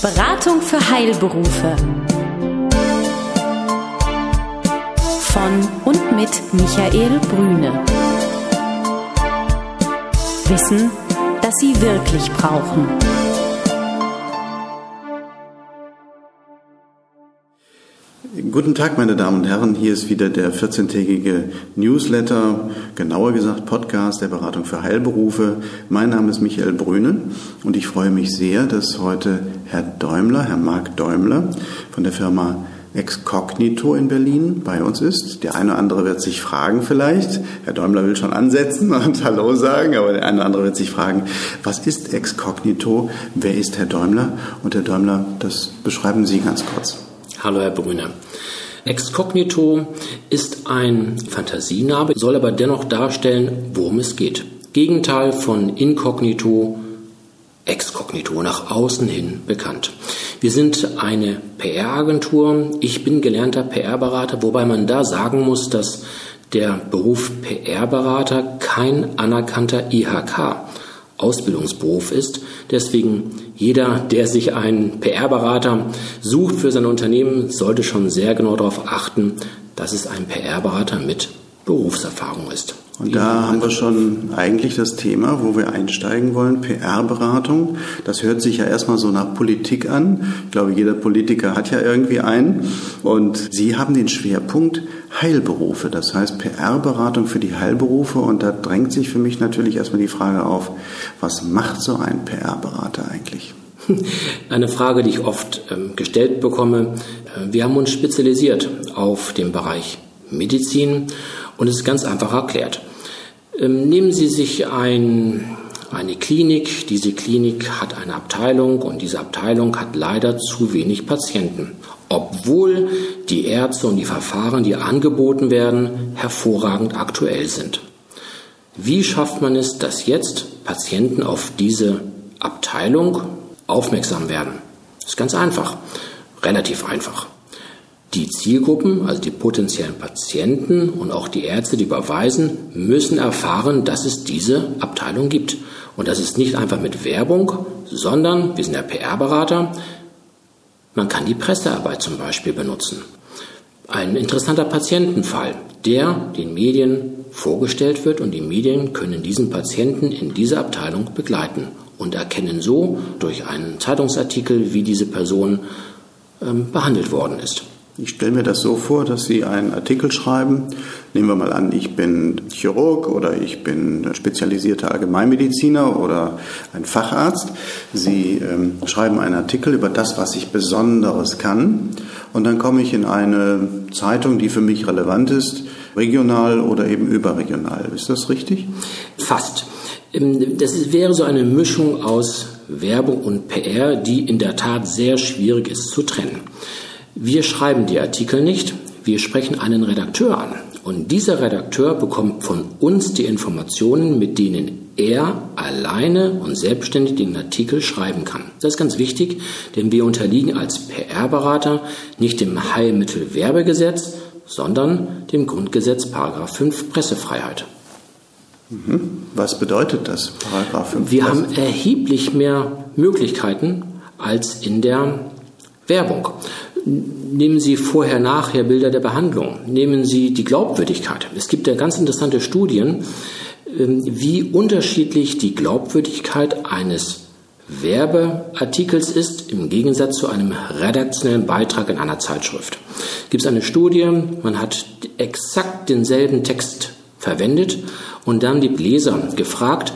Beratung für Heilberufe. Von und mit Michael Brühne. Wissen, das Sie wirklich brauchen. Guten Tag, meine Damen und Herren. Hier ist wieder der 14-tägige Newsletter, genauer gesagt Podcast der Beratung für Heilberufe. Mein Name ist Michael Brühne und ich freue mich sehr, dass heute Herr Marc Däumler von der Firma Excognito in Berlin bei uns ist. Der eine oder andere wird sich fragen vielleicht, Herr Däumler will schon ansetzen und Hallo sagen, aber der eine oder andere wird sich fragen, was ist Excognito, wer ist Herr Däumler? Und Herr Däumler, das beschreiben Sie ganz kurz. Hallo Herr Brühne. Excognito ist ein Fantasiename, soll aber dennoch darstellen, worum es geht. Gegenteil von Inkognito, Excognito, nach außen hin bekannt. Wir sind eine PR-Agentur. Ich bin gelernter PR-Berater, wobei man da sagen muss, dass der Beruf PR-Berater kein anerkannter IHK-Ausbildungsberuf ist. Deswegen jeder, der sich einen PR-Berater sucht für sein Unternehmen, sollte schon sehr genau darauf achten, dass es ein PR-Berater mit Berufserfahrung ist. Und da haben wir schon eigentlich das Thema, wo wir einsteigen wollen, PR-Beratung. Das hört sich ja erstmal so nach Politik an. Ich glaube, jeder Politiker hat ja irgendwie einen. Und Sie haben den Schwerpunkt Heilberufe, das heißt PR-Beratung für die Heilberufe. Und da drängt sich für mich natürlich erstmal die Frage auf, was macht so ein PR-Berater eigentlich? Eine Frage, die ich oft gestellt bekomme. Wir haben uns spezialisiert auf den Bereich Medizin und es ist ganz einfach erklärt. Nehmen Sie sich eine Klinik. Diese Klinik hat eine Abteilung und diese Abteilung hat leider zu wenig Patienten, obwohl die Ärzte und die Verfahren, die angeboten werden, hervorragend aktuell sind. Wie schafft man es, dass jetzt Patienten auf diese Abteilung aufmerksam werden? Das ist ganz einfach, relativ einfach. Die Zielgruppen, also die potenziellen Patienten und auch die Ärzte, die überweisen, müssen erfahren, dass es diese Abteilung gibt. Und das ist nicht einfach mit Werbung, sondern, wir sind ja PR-Berater, man kann die Pressearbeit zum Beispiel benutzen. Ein interessanter Patientenfall, der den Medien vorgestellt wird und die Medien können diesen Patienten in dieser Abteilung begleiten und erkennen so durch einen Zeitungsartikel, wie diese Person behandelt worden ist. Ich stelle mir das so vor, dass Sie einen Artikel schreiben. Nehmen wir mal an, ich bin Chirurg oder ich bin spezialisierter Allgemeinmediziner oder ein Facharzt. Sie schreiben einen Artikel über das, was ich Besonderes kann. Und dann komme ich in eine Zeitung, die für mich relevant ist, regional oder eben überregional. Ist das richtig? Fast. Das wäre so eine Mischung aus Werbung und PR, die in der Tat sehr schwierig ist zu trennen. Wir schreiben die Artikel nicht, wir sprechen einen Redakteur an. Und dieser Redakteur bekommt von uns die Informationen, mit denen er alleine und selbstständig den Artikel schreiben kann. Das ist ganz wichtig, denn wir unterliegen als PR-Berater nicht dem Heilmittelwerbegesetz, sondern dem Grundgesetz § 5 Pressefreiheit. Was bedeutet das, § 5? Wir haben erheblich mehr Möglichkeiten als in der Werbung. Nehmen Sie Vorher-Nachher Bilder der Behandlung. Nehmen Sie die Glaubwürdigkeit. Es gibt ja ganz interessante Studien, wie unterschiedlich die Glaubwürdigkeit eines Werbeartikels ist im Gegensatz zu einem redaktionellen Beitrag in einer Zeitschrift. Gibt es eine Studie, man hat exakt denselben Text verwendet und dann die Leser gefragt,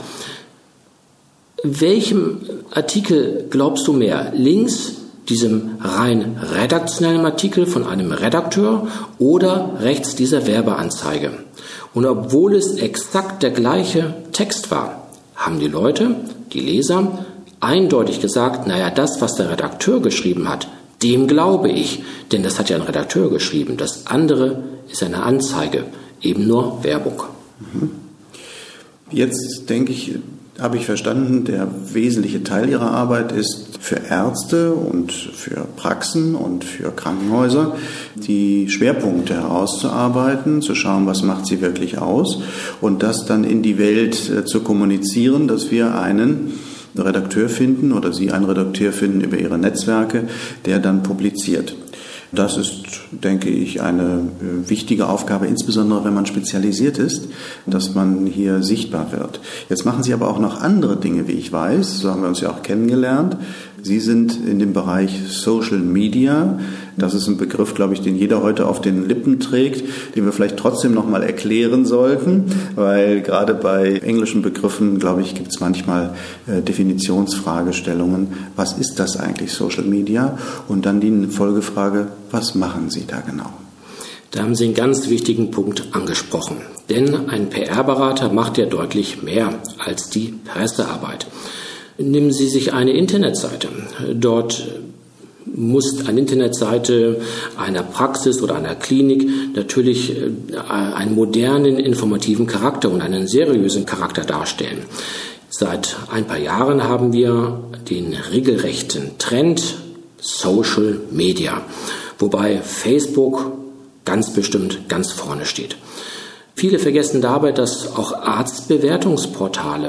welchem Artikel glaubst du mehr? Links diesem rein redaktionellen Artikel von einem Redakteur oder rechts dieser Werbeanzeige. Und obwohl es exakt der gleiche Text war, haben die Leute, die Leser, eindeutig gesagt, naja, das, was der Redakteur geschrieben hat, dem glaube ich, denn das hat ja ein Redakteur geschrieben. Das andere ist eine Anzeige, eben nur Werbung. Jetzt denke ich, habe ich verstanden, der wesentliche Teil Ihrer Arbeit ist für Ärzte und für Praxen und für Krankenhäuser die Schwerpunkte herauszuarbeiten, zu schauen, was macht sie wirklich aus und das dann in die Welt zu kommunizieren, dass wir einen Redakteur finden oder Sie einen Redakteur finden über Ihre Netzwerke, der dann publiziert. Das ist, denke ich, eine wichtige Aufgabe, insbesondere wenn man spezialisiert ist, dass man hier sichtbar wird. Jetzt machen Sie aber auch noch andere Dinge, wie ich weiß. So haben wir uns ja auch kennengelernt. Sie sind in dem Bereich Social Media. Das ist ein Begriff, glaube ich, den jeder heute auf den Lippen trägt, den wir vielleicht trotzdem noch mal erklären sollten, weil gerade bei englischen Begriffen, glaube ich, gibt es manchmal Definitionsfragestellungen. Was ist das eigentlich, Social Media? Und dann die Folgefrage, was machen Sie da genau? Da haben Sie einen ganz wichtigen Punkt angesprochen. Denn ein PR-Berater macht ja deutlich mehr als die Pressearbeit. Nehmen Sie sich eine Internetseite. Dort muss eine Internetseite einer Praxis oder einer Klinik natürlich einen modernen, informativen Charakter und einen seriösen Charakter darstellen. Seit ein paar Jahren haben wir den regelrechten Trend Social Media, wobei Facebook ganz bestimmt ganz vorne steht. Viele vergessen dabei, dass auch Arztbewertungsportale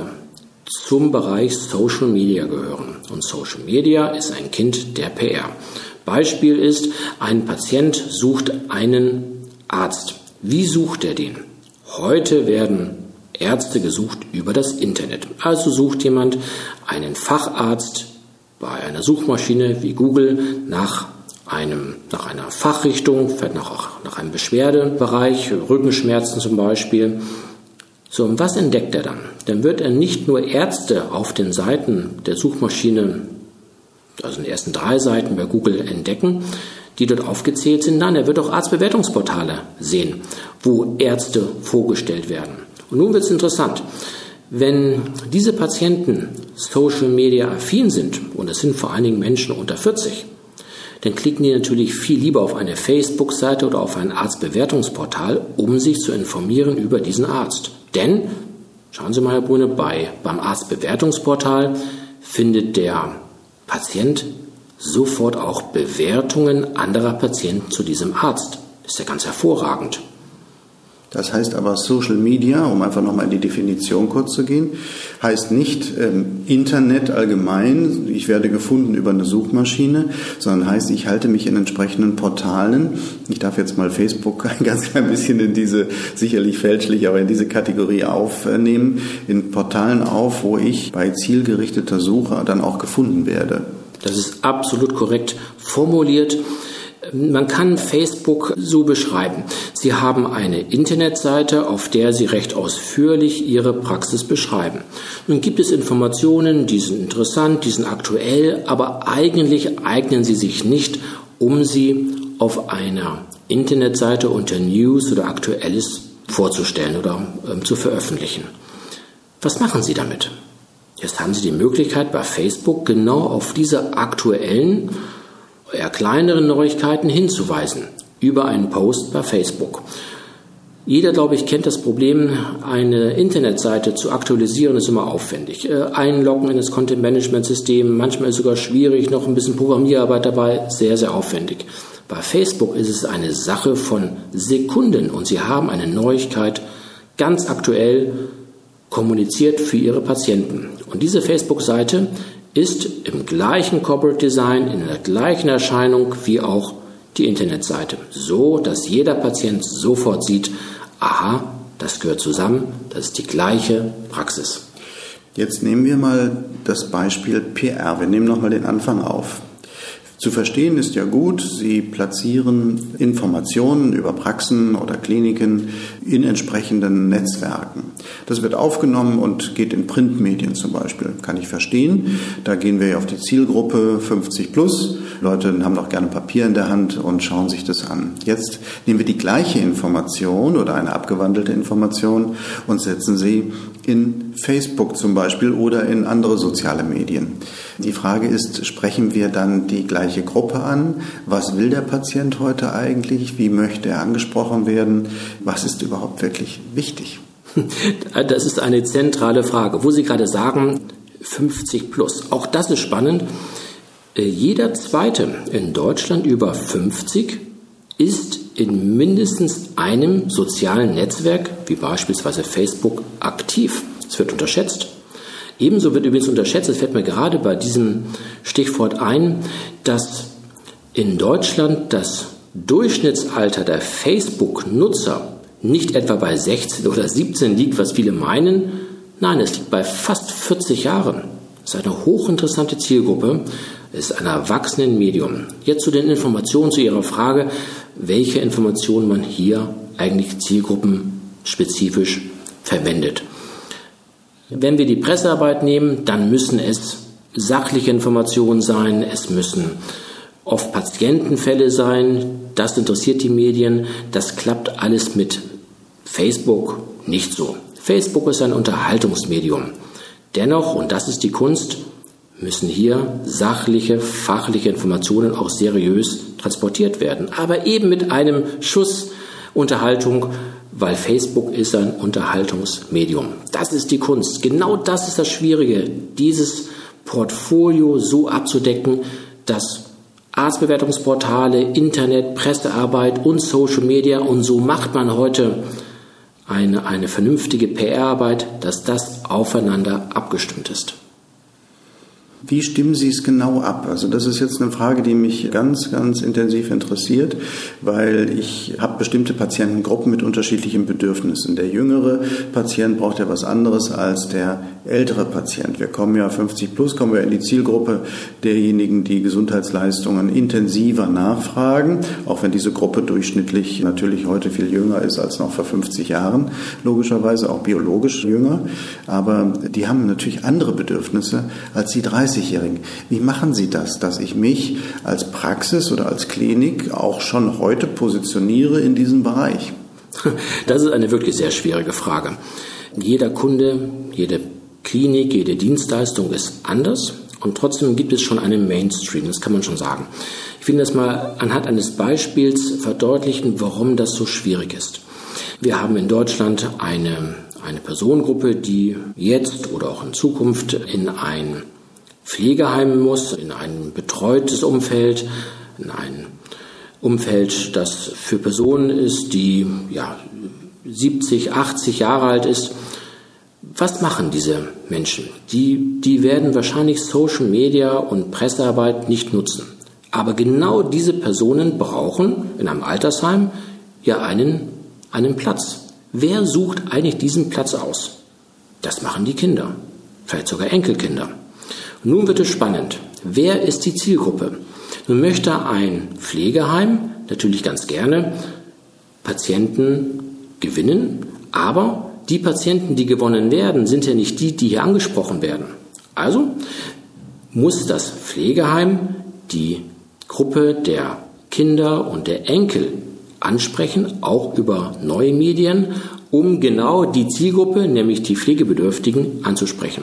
zum Bereich Social Media gehören. Und Social Media ist ein Kind der PR. Beispiel ist, ein Patient sucht einen Arzt. Wie sucht er den? Heute werden Ärzte gesucht über das Internet. Also sucht jemand einen Facharzt bei einer Suchmaschine wie Google nach einer Fachrichtung, vielleicht nach einem Beschwerdebereich, Rückenschmerzen zum Beispiel. So, und was entdeckt er dann? Dann wird er nicht nur Ärzte auf den Seiten der Suchmaschine, also in den ersten 3 Seiten bei Google entdecken, die dort aufgezählt sind. Nein, er wird auch Arztbewertungsportale sehen, wo Ärzte vorgestellt werden. Und nun wird es interessant. Wenn diese Patienten Social Media affin sind, und das sind vor allen Dingen Menschen unter 40, dann klicken die natürlich viel lieber auf eine Facebook-Seite oder auf ein Arztbewertungsportal, um sich zu informieren über diesen Arzt. Denn, schauen Sie mal, Herr Brüne, beim Arztbewertungsportal findet der Patient sofort auch Bewertungen anderer Patienten zu diesem Arzt. Das ist ja ganz hervorragend. Das heißt aber Social Media, um einfach nochmal in die Definition kurz zu gehen, heißt nicht Internet allgemein, ich werde gefunden über eine Suchmaschine, sondern heißt, ich halte mich in entsprechenden Portalen, ich darf jetzt mal Facebook ein ganz klein bisschen in diese, sicherlich fälschlich, aber in diese Kategorie aufnehmen, in Portalen auf, wo ich bei zielgerichteter Suche dann auch gefunden werde. Das ist absolut korrekt formuliert. Man kann Facebook so beschreiben. Sie haben eine Internetseite, auf der Sie recht ausführlich Ihre Praxis beschreiben. Nun gibt es Informationen, die sind interessant, die sind aktuell, aber eigentlich eignen sie sich nicht, um sie auf einer Internetseite unter News oder Aktuelles vorzustellen oder zu veröffentlichen. Was machen Sie damit? Jetzt haben Sie die Möglichkeit, bei Facebook genau auf diese aktuellen, eher kleineren Neuigkeiten hinzuweisen über einen Post bei Facebook. Jeder, glaube ich, kennt das Problem, eine Internetseite zu aktualisieren, ist immer aufwendig. Einloggen in das Content-Management-System, manchmal ist es sogar schwierig, noch ein bisschen Programmierarbeit dabei, sehr, sehr aufwendig. Bei Facebook ist es eine Sache von Sekunden und Sie haben eine Neuigkeit ganz aktuell kommuniziert für Ihre Patienten. Und diese Facebook-Seite ist im gleichen Corporate Design, in der gleichen Erscheinung wie auch die Internetseite. So, dass jeder Patient sofort sieht, aha, das gehört zusammen, das ist die gleiche Praxis. Jetzt nehmen wir mal das Beispiel PR. Wir nehmen nochmal den Anfang auf. Zu verstehen ist ja gut, Sie platzieren Informationen über Praxen oder Kliniken in entsprechenden Netzwerken. Das wird aufgenommen und geht in Printmedien zum Beispiel. Kann ich verstehen. Da gehen wir auf die Zielgruppe 50 plus. Leute haben doch gerne Papier in der Hand und schauen sich das an. Jetzt nehmen wir die gleiche Information oder eine abgewandelte Information und setzen sie in Facebook zum Beispiel oder in andere soziale Medien. Die Frage ist, sprechen wir dann die gleiche Gruppe an? Was will der Patient heute eigentlich? Wie möchte er angesprochen werden? Was ist überhaupt wirklich wichtig? Das ist eine zentrale Frage. Wo Sie gerade sagen, 50 plus. Auch das ist spannend. Jeder Zweite in Deutschland über 50 ist in mindestens einem sozialen Netzwerk, wie beispielsweise Facebook, aktiv. Es wird unterschätzt. Ebenso wird übrigens unterschätzt, es fällt mir gerade bei diesem Stichwort ein, dass in Deutschland das Durchschnittsalter der Facebook-Nutzer nicht etwa bei 16 oder 17 liegt, was viele meinen. Nein, es liegt bei fast 40 Jahren. Das ist eine hochinteressante Zielgruppe. Es ist ein Erwachsenenmedium. Jetzt zu den Informationen, zu Ihrer Frage, welche Informationen man hier eigentlich zielgruppenspezifisch verwendet. Wenn wir die Pressearbeit nehmen, dann müssen es sachliche Informationen sein, es müssen oft Patientenfälle sein, das interessiert die Medien, das klappt alles mit Facebook nicht so. Facebook ist ein Unterhaltungsmedium. Dennoch, und das ist die Kunst, müssen hier sachliche, fachliche Informationen auch seriös transportiert werden. Aber eben mit einem Schuss Unterhaltung, weil Facebook ist ein Unterhaltungsmedium. Das ist die Kunst. Genau das ist das Schwierige, dieses Portfolio so abzudecken, dass Arztbewertungsportale, Internet, Pressearbeit und Social Media, und so macht man heute eine vernünftige PR-Arbeit, dass das aufeinander abgestimmt ist. Wie stimmen Sie es genau ab? Also das ist jetzt eine Frage, die mich ganz, ganz intensiv interessiert, weil ich habe bestimmte Patientengruppen mit unterschiedlichen Bedürfnissen. Der jüngere Patient braucht ja was anderes als der ältere Patient. Wir kommen ja 50 plus, kommen wir in die Zielgruppe derjenigen, die Gesundheitsleistungen intensiver nachfragen, auch wenn diese Gruppe durchschnittlich natürlich heute viel jünger ist als noch vor 50 Jahren, logischerweise auch biologisch jünger. Aber die haben natürlich andere Bedürfnisse als die 30-Jährigen. Wie machen Sie das, dass ich mich als Praxis oder als Klinik auch schon heute positioniere in diesem Bereich? Das ist eine wirklich sehr schwierige Frage. Jeder Kunde, jede Klinik, jede Dienstleistung ist anders und trotzdem gibt es schon einen Mainstream, das kann man schon sagen. Ich will das mal anhand eines Beispiels verdeutlichen, warum das so schwierig ist. Wir haben in Deutschland eine Personengruppe, die jetzt oder auch in Zukunft in ein Pflegeheim muss, in ein betreutes Umfeld, in ein Umfeld, das für Personen ist, die 70, 80 Jahre alt ist. Was machen diese Menschen? Die werden wahrscheinlich Social Media und Pressearbeit nicht nutzen. Aber genau diese Personen brauchen in einem Altersheim ja einen Platz. Wer sucht eigentlich diesen Platz aus? Das machen die Kinder, vielleicht sogar Enkelkinder. Und nun wird es spannend. Wer ist die Zielgruppe? Nun möchte ein Pflegeheim natürlich ganz gerne Patienten gewinnen, aber die Patienten, die gewonnen werden, sind ja nicht die hier angesprochen werden. Also muss das Pflegeheim die Gruppe der Kinder und der Enkel ansprechen, auch über neue Medien, um genau die Zielgruppe, nämlich die Pflegebedürftigen, anzusprechen.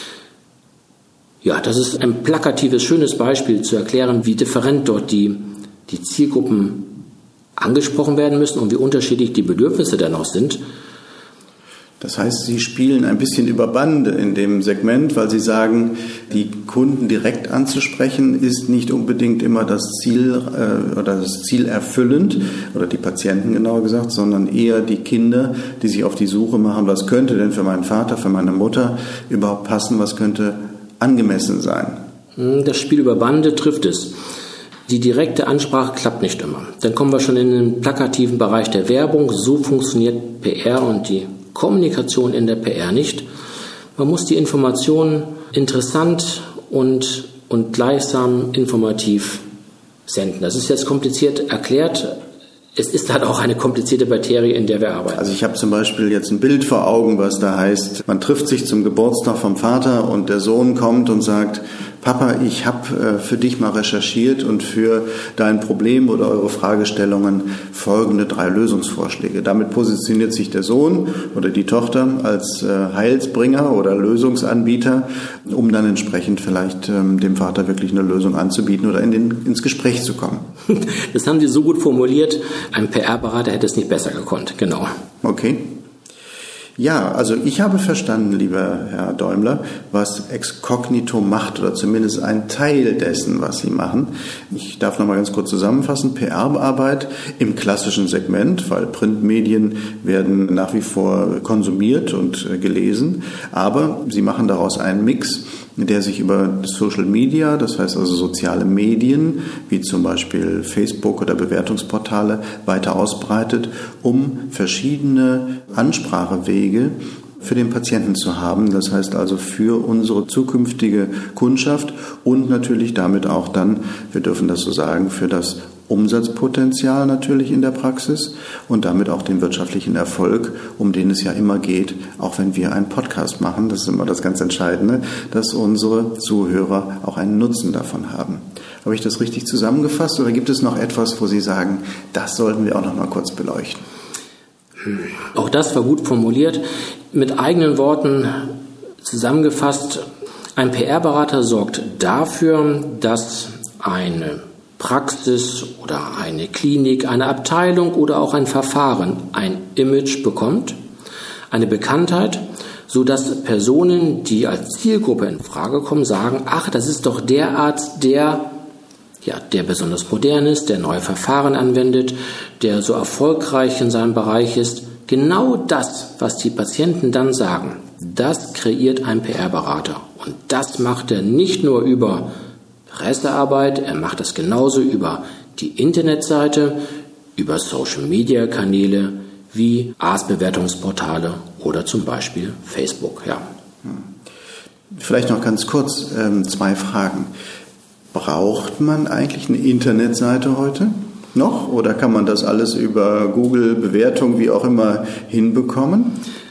Ja, das ist ein plakatives, schönes Beispiel zu erklären, wie different dort die Zielgruppen angesprochen werden müssen und wie unterschiedlich die Bedürfnisse dann auch sind. Das heißt, Sie spielen ein bisschen über Bande in dem Segment, weil Sie sagen, die Kunden direkt anzusprechen ist nicht unbedingt immer das Ziel oder das Ziel erfüllend oder die Patienten genauer gesagt, sondern eher die Kinder, die sich auf die Suche machen, was könnte denn für meinen Vater, für meine Mutter überhaupt passen, was könnte angemessen sein. Das Spiel über Bande trifft es. Die direkte Ansprache klappt nicht immer. Dann kommen wir schon in den plakativen Bereich der Werbung. So funktioniert PR und die Kommunikation in der PR nicht. Man muss die Informationen interessant und gleichsam informativ senden. Das ist jetzt kompliziert erklärt. Es ist halt auch eine komplizierte Materie, in der wir arbeiten. Also ich habe zum Beispiel jetzt ein Bild vor Augen, was da heißt, man trifft sich zum Geburtstag vom Vater und der Sohn kommt und sagt, Papa, ich habe für dich mal recherchiert und für dein Problem oder eure Fragestellungen folgende 3 Lösungsvorschläge. Damit positioniert sich der Sohn oder die Tochter als Heilsbringer oder Lösungsanbieter, um dann entsprechend vielleicht dem Vater wirklich eine Lösung anzubieten oder ins Gespräch zu kommen. Das haben Sie so gut formuliert. Ein PR-Berater hätte es nicht besser gekonnt, genau. Okay. Ja, also ich habe verstanden, lieber Herr Däumler, was Excognito macht oder zumindest ein Teil dessen, was Sie machen. Ich darf noch mal ganz kurz zusammenfassen. PR-Arbeit im klassischen Segment, weil Printmedien werden nach wie vor konsumiert und gelesen, aber Sie machen daraus einen Mix, der sich über Social Media, das heißt also soziale Medien, wie zum Beispiel Facebook oder Bewertungsportale, weiter ausbreitet, um verschiedene Ansprachewege für den Patienten zu haben. Das heißt also für unsere zukünftige Kundschaft und natürlich damit auch dann, wir dürfen das so sagen, für das Umsatzpotenzial natürlich in der Praxis und damit auch den wirtschaftlichen Erfolg, um den es ja immer geht, auch wenn wir einen Podcast machen. Das ist immer das ganz Entscheidende, dass unsere Zuhörer auch einen Nutzen davon haben. Habe ich das richtig zusammengefasst oder gibt es noch etwas, wo Sie sagen, das sollten wir auch noch mal kurz beleuchten? Auch das war gut formuliert. Mit eigenen Worten zusammengefasst, ein PR-Berater sorgt dafür, dass eine Praxis oder eine Klinik, eine Abteilung oder auch ein Verfahren ein Image bekommt, eine Bekanntheit, sodass Personen, die als Zielgruppe in Frage kommen, sagen, ach, das ist doch der Arzt, der besonders modern ist, der neue Verfahren anwendet, der so erfolgreich in seinem Bereich ist. Genau das, was die Patienten dann sagen, das kreiert ein PR-Berater. Und das macht er nicht nur über Pressearbeit, er macht das genauso über die Internetseite, über Social-Media-Kanäle wie Arztbewertungsportale oder zum Beispiel Facebook. Ja. Vielleicht noch ganz kurz 2 Fragen. Braucht man eigentlich eine Internetseite heute noch oder kann man das alles über Google, Bewertung, wie auch immer hinbekommen?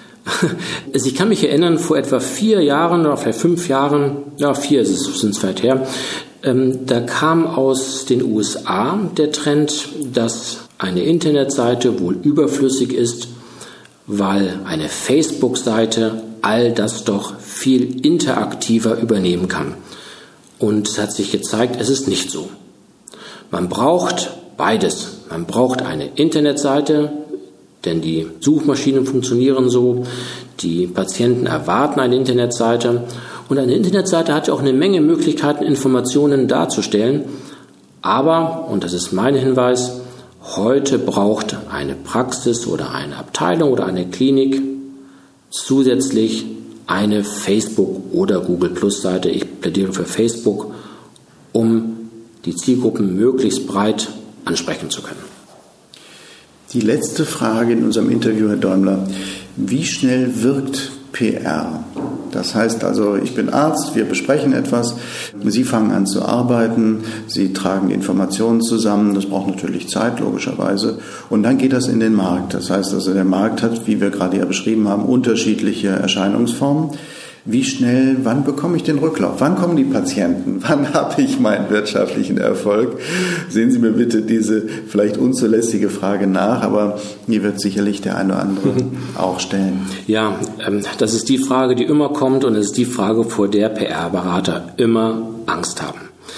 Also ich kann mich erinnern, vor etwa 4 Jahren oder vielleicht 5 Jahren, 4 sind es vielleicht her, da kam aus den USA der Trend, dass eine Internetseite wohl überflüssig ist, weil eine Facebook-Seite all das doch viel interaktiver übernehmen kann. Und es hat sich gezeigt, es ist nicht so. Man braucht beides. Man braucht eine Internetseite, denn die Suchmaschinen funktionieren so, die Patienten erwarten eine Internetseite und eine Internetseite hat ja auch eine Menge Möglichkeiten, Informationen darzustellen. Aber, und das ist mein Hinweis, heute braucht eine Praxis oder eine Abteilung oder eine Klinik zusätzlich eine Facebook- oder Google-Plus-Seite. Ich plädiere für Facebook, um die Zielgruppen möglichst breit ansprechen zu können. Die letzte Frage in unserem Interview, Herr Däumler. Wie schnell wirkt PR? Das heißt also, ich bin Arzt, wir besprechen etwas, Sie fangen an zu arbeiten, Sie tragen die Informationen zusammen, das braucht natürlich Zeit, logischerweise, und dann geht das in den Markt. Das heißt also, der Markt hat, wie wir gerade ja beschrieben haben, unterschiedliche Erscheinungsformen. Wie schnell, wann bekomme ich den Rücklauf? Wann kommen die Patienten? Wann habe ich meinen wirtschaftlichen Erfolg? Sehen Sie mir bitte diese vielleicht unzulässige Frage nach, aber die wird sicherlich der eine oder andere auch stellen. Ja, das ist die Frage, die immer kommt und es ist die Frage, vor der PR-Berater immer Angst haben.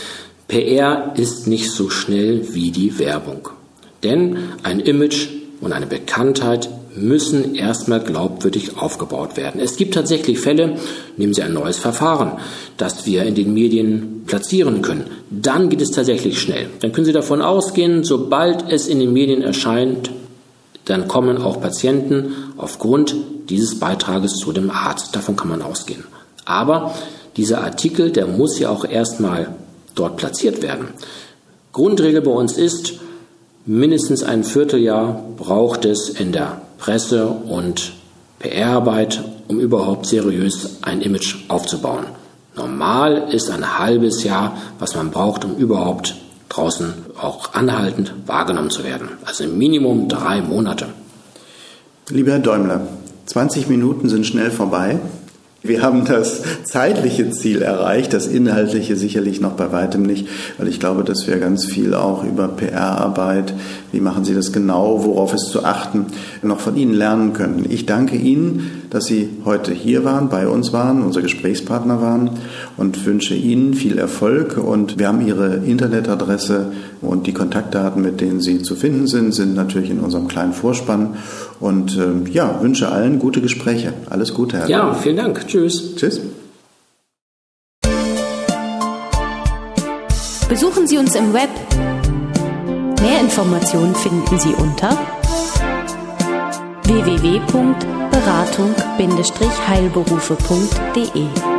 PR ist nicht so schnell wie die Werbung. Denn ein Image und eine Bekanntheit müssen erstmal glaubwürdig aufgebaut werden. Es gibt tatsächlich Fälle, nehmen Sie ein neues Verfahren, das wir in den Medien platzieren können. Dann geht es tatsächlich schnell. Dann können Sie davon ausgehen, sobald es in den Medien erscheint, dann kommen auch Patienten aufgrund dieses Beitrages zu dem Arzt. Davon kann man ausgehen. Aber dieser Artikel, der muss ja auch erstmal dort platziert werden. Grundregel bei uns ist, mindestens ein Vierteljahr braucht es in der Presse- und PR-Arbeit, um überhaupt seriös ein Image aufzubauen. Normal ist ein halbes Jahr, was man braucht, um überhaupt draußen auch anhaltend wahrgenommen zu werden. Also im Minimum 3 Monate. Lieber Herr Däumler, 20 Minuten sind schnell vorbei. Wir haben das zeitliche Ziel erreicht, das inhaltliche sicherlich noch bei weitem nicht, weil ich glaube, dass wir ganz viel auch über PR-Arbeit, wie machen Sie das genau, worauf ist zu achten, noch von Ihnen lernen können. Ich danke Ihnen dass Sie heute hier waren, bei uns waren, unser Gesprächspartner waren und wünsche Ihnen viel Erfolg. Und wir haben Ihre Internetadresse und die Kontaktdaten, mit denen Sie zu finden sind natürlich in unserem kleinen Vorspann. Und wünsche allen gute Gespräche. Alles Gute, Herr. Ja, vielen Dank. Tschüss. Tschüss. Besuchen Sie uns im Web. Mehr Informationen finden Sie unter www.beratung-heilberufe.de